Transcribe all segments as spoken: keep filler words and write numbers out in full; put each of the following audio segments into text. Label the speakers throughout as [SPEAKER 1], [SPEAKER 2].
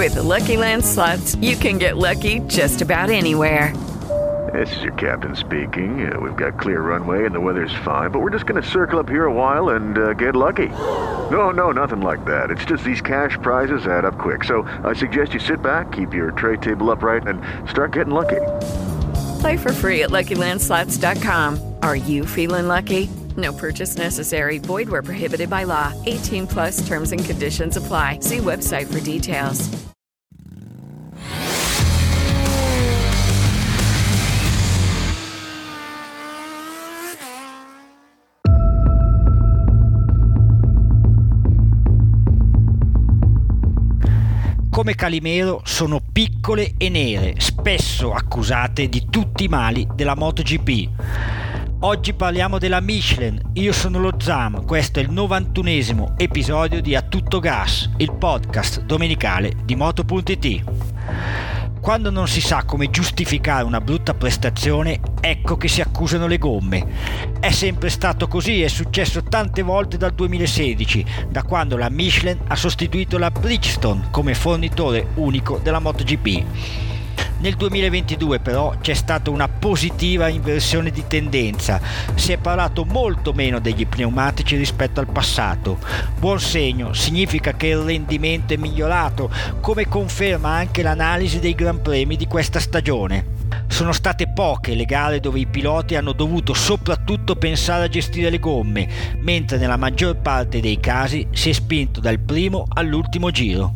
[SPEAKER 1] With the Lucky Land Slots, you can get lucky just about anywhere.
[SPEAKER 2] This is your captain speaking. Uh, we've got clear runway and the weather's fine, but we're just going to circle up here a while and uh, get lucky. No, no, nothing like that. It's just these cash prizes add up quick. So I suggest you sit back, keep your tray table upright, and start getting lucky.
[SPEAKER 1] Play for free at Lucky Land Slots dot com. Are you feeling lucky? No purchase necessary. Void where prohibited by law. eighteen plus terms and conditions apply. See website for details.
[SPEAKER 3] Come Calimero sono piccole e nere, spesso accusate di tutti i mali della MotoGP. Oggi parliamo della Michelin, io sono lo Zam, questo è il novantunesimo episodio di A Tutto Gas, il podcast domenicale di Moto punto it. Quando non si sa come giustificare una brutta prestazione, ecco che si accusano le gomme. È sempre stato così, è successo tante volte dal duemilasedici, da quando la Michelin ha sostituito la Bridgestone come fornitore unico della MotoGP. Nel duemilaventidue però c'è stata una positiva inversione di tendenza, si è parlato molto meno degli pneumatici rispetto al passato. Buon segno, significa che il rendimento è migliorato, come conferma anche l'analisi dei Gran Premi di questa stagione. Sono state poche le gare dove i piloti hanno dovuto soprattutto pensare a gestire le gomme, mentre nella maggior parte dei casi si è spinto dal primo all'ultimo giro.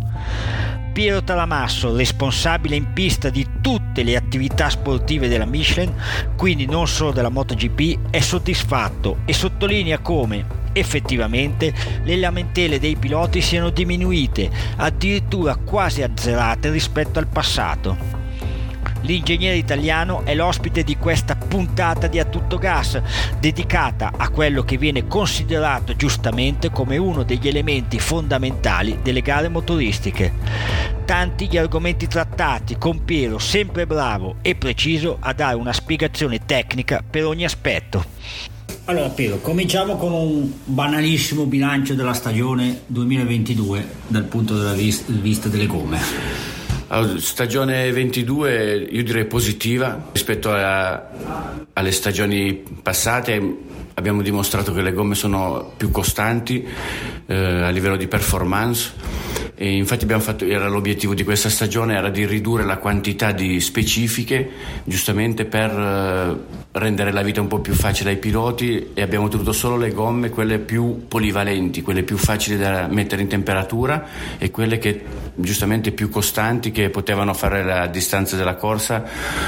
[SPEAKER 3] Piero Talamasso, responsabile in pista di tutte le attività sportive della Michelin, quindi non solo della MotoGP, è soddisfatto e sottolinea come, effettivamente, le lamentele dei piloti siano diminuite, addirittura quasi azzerate rispetto al passato. L'ingegnere italiano è l'ospite di questa puntata di A Tutto Gas, dedicata a quello che viene considerato giustamente come uno degli elementi fondamentali delle gare motoristiche. Tanti gli argomenti trattati, con Piero sempre bravo e preciso a dare una spiegazione tecnica per ogni aspetto.
[SPEAKER 4] Allora Piero, cominciamo con un banalissimo bilancio della stagione duemilaventidue dal punto di vista delle gomme.
[SPEAKER 5] Allora, stagione ventidue io direi positiva rispetto a, alle stagioni passate. Abbiamo dimostrato che le gomme sono più costanti eh, a livello di performance e infatti abbiamo fatto, era l'obiettivo di questa stagione era di ridurre la quantità di specifiche giustamente per eh, rendere la vita un po' più facile ai piloti, e abbiamo tenuto solo le gomme, quelle più polivalenti, quelle più facili da mettere in temperatura e quelle che giustamente più costanti, che potevano fare la distanza della corsa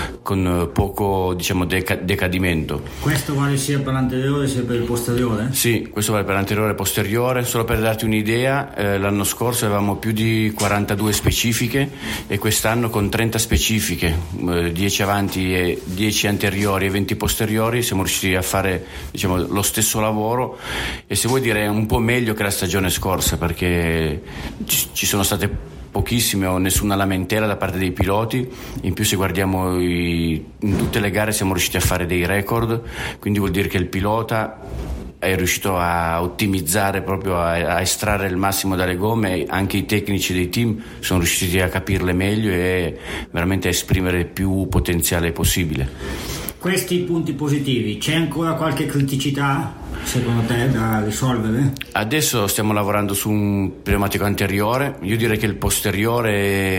[SPEAKER 5] con poco, diciamo, deca- decadimento.
[SPEAKER 4] Questo vale sia per l'anteriore sia per il posteriore?
[SPEAKER 5] Sì, questo vale per l'anteriore e posteriore. Solo per darti un'idea, eh, l'anno scorso avevamo più di quarantadue specifiche e quest'anno con trenta specifiche, eh, dieci avanti e dieci anteriori e venti posteriori, siamo riusciti a fare, diciamo, lo stesso lavoro, e se vuoi dire un po' meglio che la stagione scorsa, perché ci, ci sono state pochissime o nessuna lamentela da parte dei piloti. In più, se guardiamo i, in tutte le gare siamo riusciti a fare dei record, quindi vuol dire che il pilota è riuscito a ottimizzare, proprio a, a estrarre il massimo dalle gomme. Anche i tecnici dei team sono riusciti a capirle meglio e veramente a esprimere il più potenziale possibile.
[SPEAKER 4] Questi punti positivi, c'è ancora qualche criticità secondo te da risolvere?
[SPEAKER 5] Adesso stiamo lavorando su un pneumatico anteriore. Io direi che il posteriore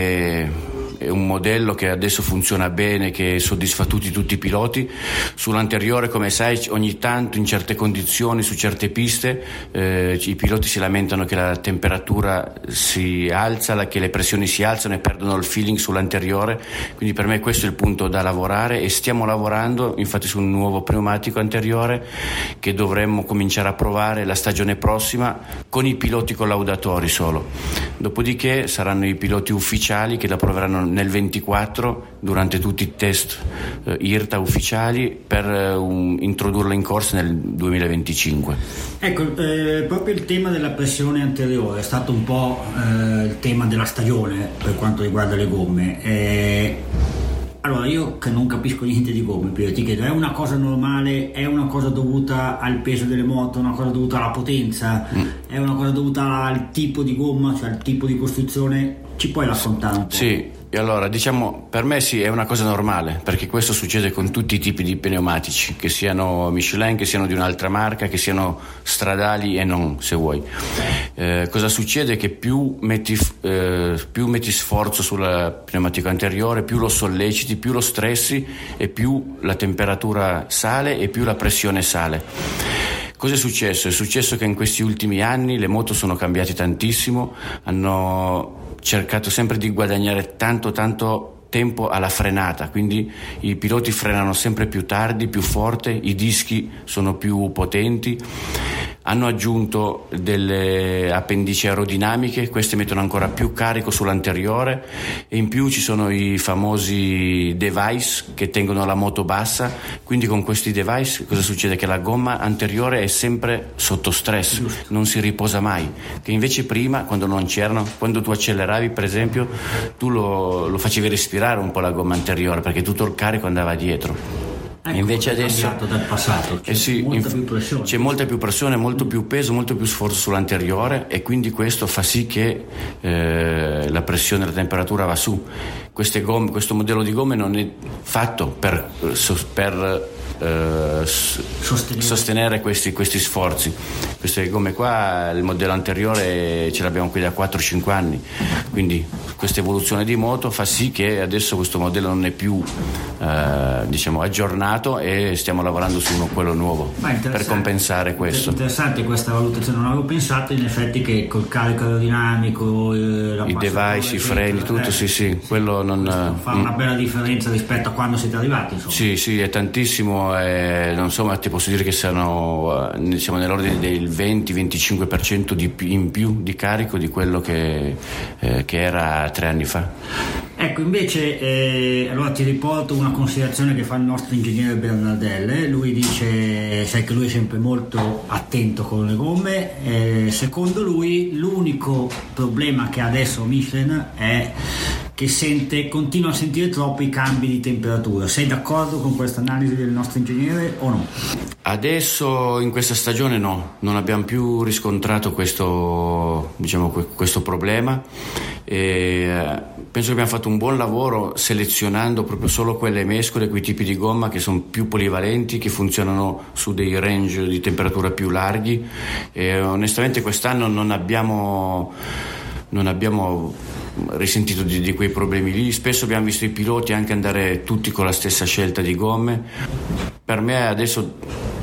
[SPEAKER 5] è è un modello che adesso funziona bene, che soddisfa tutti, tutti i piloti. Sull'anteriore, come sai, ogni tanto in certe condizioni, su certe piste, eh, i piloti si lamentano che la temperatura si alza, che le pressioni si alzano e perdono il feeling sull'anteriore. Quindi per me questo è il punto da lavorare, e stiamo lavorando infatti su un nuovo pneumatico anteriore che dovremmo cominciare a provare la stagione prossima con i piloti collaudatori solo. Dopodiché saranno i piloti ufficiali che la proveranno nel ventiquattro durante tutti i test eh, I R T A ufficiali per eh, un, introdurla in corsa nel duemilaventicinque.
[SPEAKER 4] Ecco, eh, proprio il tema della pressione anteriore è stato un po' eh, il tema della stagione per quanto riguarda le gomme. Eh, Allora, io che non capisco niente di gomme, Piero, ti chiedo, è una cosa normale, è una cosa dovuta al peso delle moto, una cosa dovuta alla potenza, mm. è una cosa dovuta al tipo di gomma, cioè al tipo di costruzione? Ci puoi raccontare un po'?
[SPEAKER 5] Sì. E allora, diciamo, per me sì, è una cosa normale, perché questo succede con tutti i tipi di pneumatici, che siano Michelin, che siano di un'altra marca, che siano stradali e non, se vuoi. Eh, cosa succede? Che più metti, eh, più metti sforzo sul pneumatico anteriore, più lo solleciti, più lo stressi e più la temperatura sale e più la pressione sale. Cosa è successo? È successo che in questi ultimi anni le moto sono cambiate tantissimo, hanno cercato sempre di guadagnare tanto tanto tempo alla frenata, quindi i piloti frenano sempre più tardi, più forte, i dischi sono più potenti, hanno aggiunto delle appendici aerodinamiche, queste mettono ancora più carico sull'anteriore e in più ci sono i famosi device che tengono la moto bassa, quindi con questi device cosa succede? Che la gomma anteriore è sempre sotto stress, non si riposa mai, che invece prima quando non c'erano, quando tu acceleravi per esempio, tu lo, lo facevi respirare un po' la gomma anteriore perché tutto il carico andava dietro.
[SPEAKER 4] Ecco,
[SPEAKER 5] invece adesso
[SPEAKER 4] dal passato c'è,
[SPEAKER 5] eh sì,
[SPEAKER 4] molta
[SPEAKER 5] inf-
[SPEAKER 4] più pressione.
[SPEAKER 5] c'è molta più pressione, molto più peso, molto più sforzo sull'anteriore e quindi questo fa sì che eh, la pressione e la temperatura va su. Queste gomme, questo modello di gomme non è fatto per, per eh, sostenere, sostenere questi, questi sforzi. Queste gomme qua, il modello anteriore ce l'abbiamo qui da quattro cinque anni, quindi questa evoluzione di moto fa sì che adesso questo modello non è più eh, diciamo aggiornato e stiamo lavorando su uno quello nuovo per compensare questo.
[SPEAKER 4] Interessante questa valutazione, non avevo pensato in effetti che col carico aerodinamico, la
[SPEAKER 5] i device, i freni, tutto, eh, sì sì, quello non
[SPEAKER 4] fa una bella differenza rispetto a quando siete arrivati, insomma.
[SPEAKER 5] Sì sì, è tantissimo, eh, non so, ma ti posso dire che siamo diciamo nell'ordine del venti venticinque per cento di in più di carico di quello che, eh, che era tre anni fa.
[SPEAKER 4] Ecco, invece eh, allora ti riporto una considerazione che fa il nostro ingegnere Bernardelle. Lui dice, sai che lui è sempre molto attento con le gomme, eh, secondo lui l'unico problema che ha adesso Michelin è che sente, continua a sentire troppo i cambi di temperatura. Sei d'accordo con questa analisi del nostro ingegnere o no?
[SPEAKER 5] Adesso in questa stagione no, non abbiamo più riscontrato questo, diciamo, questo problema e penso che abbiamo fatto un buon lavoro selezionando proprio solo quelle mescole, quei tipi di gomma che sono più polivalenti, che funzionano su dei range di temperatura più larghi e onestamente quest'anno non abbiamo non abbiamo risentito di, di quei problemi lì. Spesso abbiamo visto i piloti anche andare tutti con la stessa scelta di gomme. Per me adesso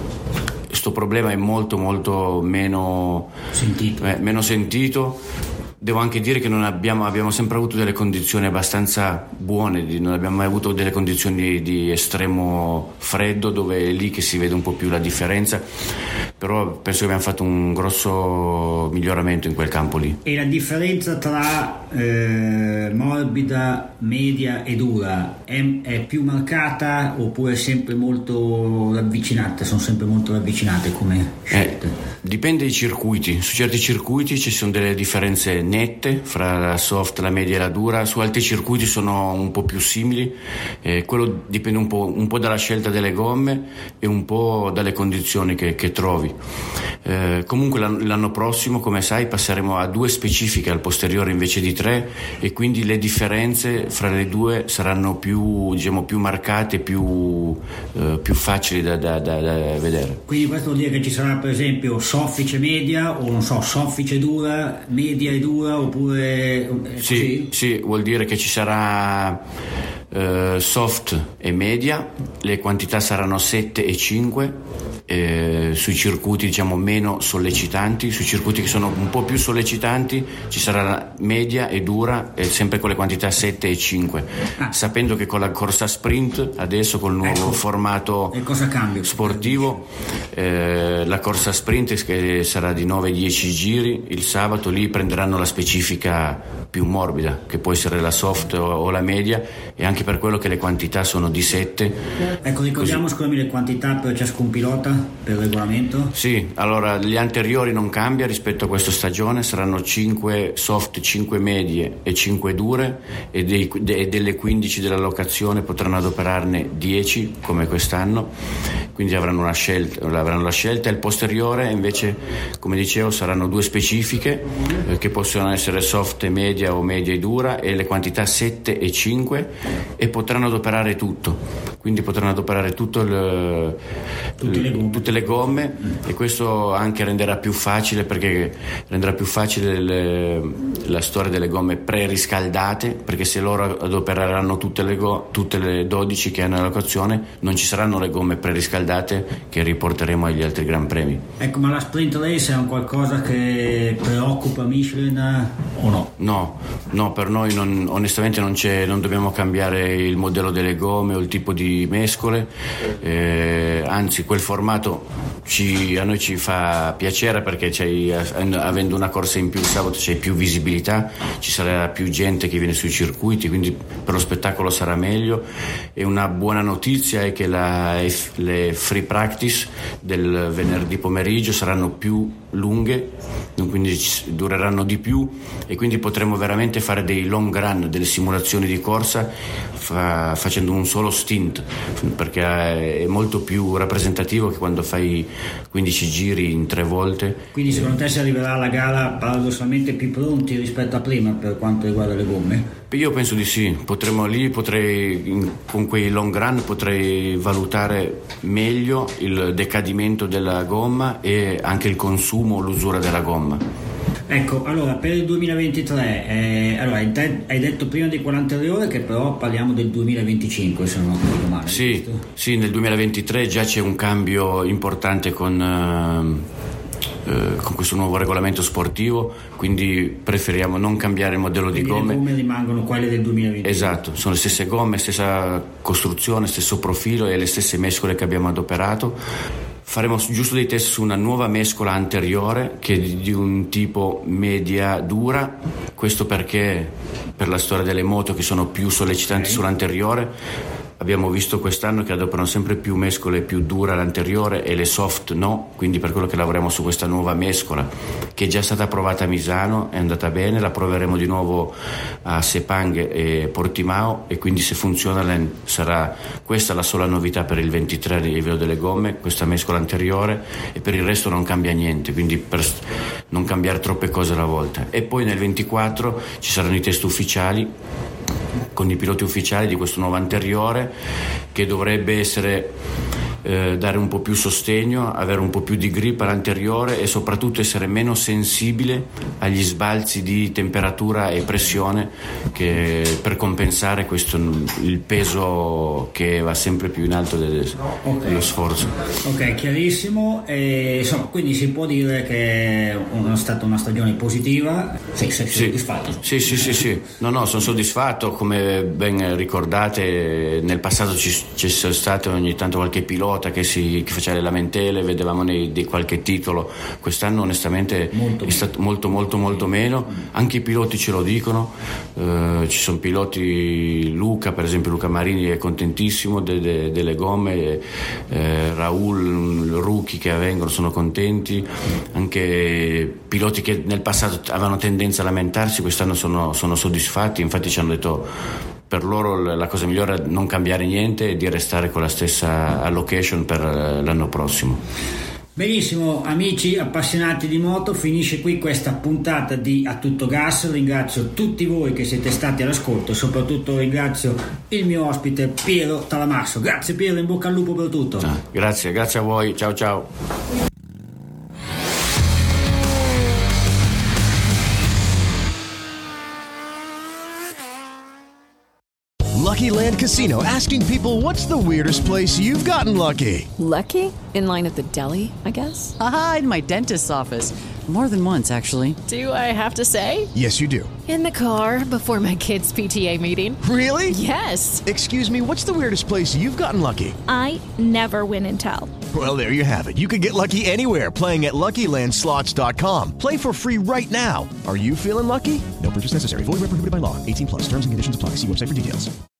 [SPEAKER 5] questo problema è molto molto meno
[SPEAKER 4] sentito,
[SPEAKER 5] eh, meno sentito. Devo anche dire che non abbiamo, abbiamo sempre avuto delle condizioni abbastanza buone, di, non abbiamo mai avuto delle condizioni di estremo freddo dove è lì che si vede un po' più la differenza, però penso che abbiamo fatto un grosso miglioramento in quel campo lì.
[SPEAKER 4] E la differenza tra eh, morbida, media e dura è, è più marcata oppure è sempre molto ravvicinate, sono sempre molto ravvicinate come scelte?
[SPEAKER 5] Eh, dipende dai circuiti, su certi circuiti ci sono delle differenze nette fra la soft, la media e la dura, su altri circuiti sono un po' più simili, eh, quello dipende un po', un po' dalla scelta delle gomme e un po' dalle condizioni che, che trovi. Eh, comunque l'anno, l'anno prossimo, come sai, passeremo a due specifiche al posteriore invece di tre e quindi le differenze fra le due saranno più, diciamo, più marcate, più, eh, più facili da, da, da, da vedere.
[SPEAKER 4] Quindi questo vuol dire che ci sarà per esempio soffice media o non so, soffice dura, media e dura oppure
[SPEAKER 5] sì, sì, vuol dire che ci sarà eh, soft e media, le quantità saranno sette e cinque eh, sui circuiti diciamo meno sollecitanti, sui circuiti che sono un po' più sollecitanti ci sarà la media e dura e sempre con le quantità sette e cinque, ah. sapendo che con la corsa sprint adesso col nuovo ecco. formato
[SPEAKER 4] e cosa cambia?
[SPEAKER 5] sportivo eh, la corsa sprint che sarà di nove dieci giri il sabato, lì prenderanno la specifica più morbida che può essere la soft o, o la media e anche per quello che le quantità sono di sette.
[SPEAKER 4] Ecco, ricordiamo scusami le quantità per ciascun pilota. per il regolamento?
[SPEAKER 5] Sì, allora gli anteriori non cambia rispetto a questa stagione, saranno cinque soft, cinque medie e cinque dure, e dei, de, delle quindici della locazione potranno adoperarne dieci come quest'anno, quindi avranno una scelta, avranno la scelta. Il posteriore invece, come dicevo, saranno due specifiche eh, che possono essere soft e media o media e dura, e le quantità sette e cinque, e potranno adoperare tutto, quindi potranno adoperare tutto il,
[SPEAKER 4] tutte, le gomme.
[SPEAKER 5] tutte le gomme, e questo anche renderà più facile, perché renderà più facile le, la storia delle gomme preriscaldate, perché se loro adopereranno tutte le, go, tutte le dodici che hanno in locazione, non ci saranno le gomme preriscaldate che riporteremo agli altri Gran Premi.
[SPEAKER 4] Ecco, ma la Sprint Race è un qualcosa che preoccupa Michelin o no?
[SPEAKER 5] No, no, per noi non, onestamente non c'è, non dobbiamo cambiare il modello delle gomme o il tipo di mescole, eh, anzi quel formato ci, a noi ci fa piacere, perché c'hai, avendo una corsa in più il sabato c'è più visibilità, ci sarà più gente che viene sui circuiti, quindi per lo spettacolo sarà meglio. E una buona notizia è che la, le free practice del venerdì pomeriggio saranno più lunghe, quindi dureranno di più, e quindi potremo veramente fare dei long run, delle simulazioni di corsa fa, facendo un solo stint, perché è molto più rappresentativo che quando fai quindici giri in tre volte.
[SPEAKER 4] Quindi secondo te si arriverà alla gara paradossalmente più pronti rispetto a prima per quanto riguarda le gomme?
[SPEAKER 5] Io penso di sì, potremo lì, potrei in, con quei long run potrei valutare meglio il decadimento della gomma e anche il consumo, l'usura della gomma.
[SPEAKER 4] Ecco, allora per il duemilaventitré, eh, allora, hai detto prima di quella anteriore che però parliamo del duemilaventicinque, se non ho capito male.
[SPEAKER 5] Sì, sì, nel duemilaventitré già c'è un cambio importante con... Uh, con questo nuovo regolamento sportivo, quindi preferiamo non cambiare il modello
[SPEAKER 4] quindi
[SPEAKER 5] di gomme.
[SPEAKER 4] Le gomme rimangono quelle del duemilaventi.
[SPEAKER 5] Esatto, sono le stesse gomme, stessa costruzione, stesso profilo e le stesse mescole che abbiamo adoperato. Faremo giusto dei test su una nuova mescola anteriore che è di, di un tipo media dura, questo perché per la storia delle moto che sono più sollecitanti okay. sull'anteriore. Abbiamo visto quest'anno che adoperano sempre più mescole più dure all'anteriore e le soft no, quindi per quello che lavoriamo su questa nuova mescola che è già stata provata a Misano, è andata bene, la proveremo di nuovo a Sepang e Portimao, e quindi se funziona sarà questa la sola novità per il ventitré a livello delle gomme, questa mescola anteriore, e per il resto non cambia niente, quindi per non cambiare troppe cose alla volta. E poi nel ventiquattro ci saranno i test ufficiali con i piloti ufficiali di questo nuovo anteriore, che dovrebbe essere eh, dare un po' più sostegno, avere un po' più di grip all'anteriore e soprattutto essere meno sensibile agli sbalzi di temperatura e pressione, che per compensare questo, il peso che va sempre più in alto dello okay. sforzo.
[SPEAKER 4] Ok, chiarissimo. E, insomma, quindi si può dire che è stata una stagione positiva. Sì, sei
[SPEAKER 5] sì.
[SPEAKER 4] soddisfatto?
[SPEAKER 5] Sì, sì, sì, sì. No, no, sono soddisfatto. Come ben ricordate, nel passato ci, c'è stato ogni tanto qualche pilota che, si, che faceva le lamentele, vedevamo nei, di qualche titolo. Quest'anno onestamente molto è stato molto molto molto meno. Anche i piloti ce lo dicono. Uh, ci sono piloti, Luca per esempio, Luca Marini è contentissimo de, de, delle gomme, eh, Raul, rookie che vengono, sono contenti. Anche piloti che nel passato avevano tendenza a lamentarsi quest'anno sono, sono soddisfatti, infatti ci hanno detto per loro la cosa migliore è non cambiare niente e di restare con la stessa allocation per l'anno prossimo.
[SPEAKER 4] Benissimo, amici appassionati di moto, finisce qui questa puntata di A Tutto Gas. Ringrazio tutti voi che siete stati all'ascolto e soprattutto ringrazio il mio ospite Piero Talamasso. Grazie Piero, in bocca al lupo per tutto.
[SPEAKER 5] Ah, grazie, grazie a voi, ciao ciao.
[SPEAKER 6] Lucky Land Casino, asking people, what's the weirdest place you've gotten lucky?
[SPEAKER 1] Lucky? In line at the deli, I guess?
[SPEAKER 7] Aha, in my dentist's office. More than once, actually.
[SPEAKER 8] Do I have to say?
[SPEAKER 6] Yes, you do.
[SPEAKER 8] In the car before my kids' P T A meeting.
[SPEAKER 6] Really?
[SPEAKER 8] Yes.
[SPEAKER 6] Excuse me, what's the weirdest place you've gotten lucky?
[SPEAKER 9] I never win and tell.
[SPEAKER 6] Well, there you have it. You can get lucky anywhere, playing at Lucky Land Slots dot com. Play for free right now. Are you feeling lucky? No purchase necessary. Void where prohibited by law. eighteen plus. Terms and conditions apply. See website for details.